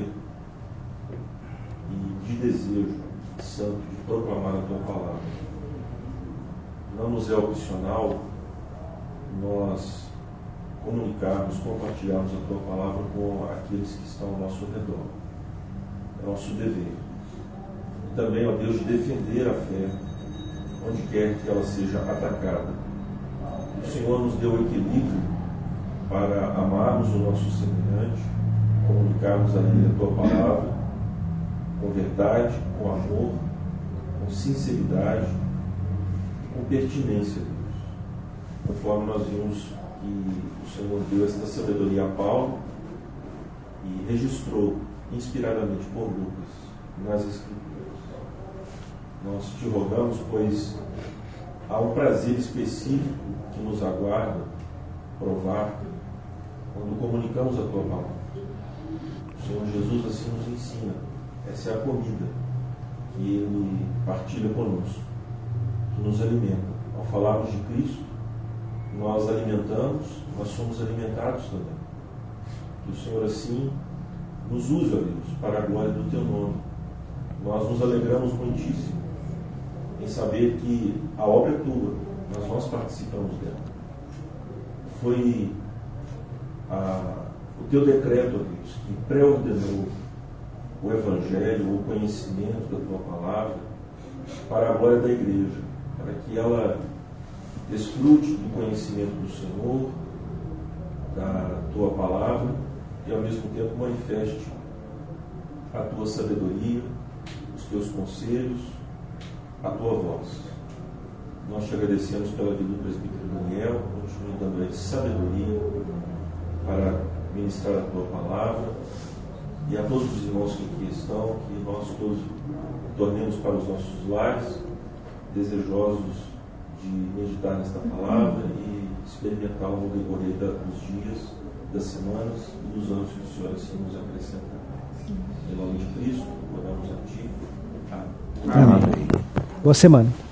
e de desejo santo de proclamar a Tua Palavra. Não nos é opcional nós comunicarmos, compartilharmos a Tua Palavra com aqueles que estão ao nosso redor. É nosso dever. E também, ó Deus, de defender a fé onde quer que ela seja atacada. O Senhor nos deu equilíbrio para amarmos o nosso semelhante, comunicarmos a Ele a Tua Palavra com verdade, com amor, com sinceridade, com pertinência, Deus. Conforme nós vimos que o Senhor deu esta sabedoria a Paulo e registrou inspiradamente por Lucas nas Escrituras. Nós te rogamos, pois há um prazer específico que nos aguarda provar quando comunicamos a Tua Palavra. O Senhor Jesus assim nos ensina. Essa é a comida que Ele partilha conosco, que nos alimenta. Ao falarmos de Cristo, nós alimentamos, nós somos alimentados também. Que o Senhor assim nos use, ó Deus, para a glória do Teu nome. Nós nos alegramos muitíssimo em saber que a obra é Tua, mas nós participamos dela. Foi o Teu decreto, ó Deus, que pré-ordenou o Evangelho, o conhecimento da Tua Palavra para a glória da Igreja, para que ela desfrute do conhecimento do Senhor, da Tua Palavra e ao mesmo tempo manifeste a Tua sabedoria, os Teus conselhos, a Tua voz. Nós te agradecemos pela vida do presbítero Daniel, continue dando a ele sabedoria para ministrar a tua palavra, e a todos os irmãos que aqui estão, que nós todos tornemos para os nossos lares, desejosos de meditar nesta palavra e experimentá-la no decorrer dos dias, das semanas e dos anos que o Senhor assim nos acrescentar. Em nome de Cristo, oramos a Ti. Amém. Amém. Boa semana.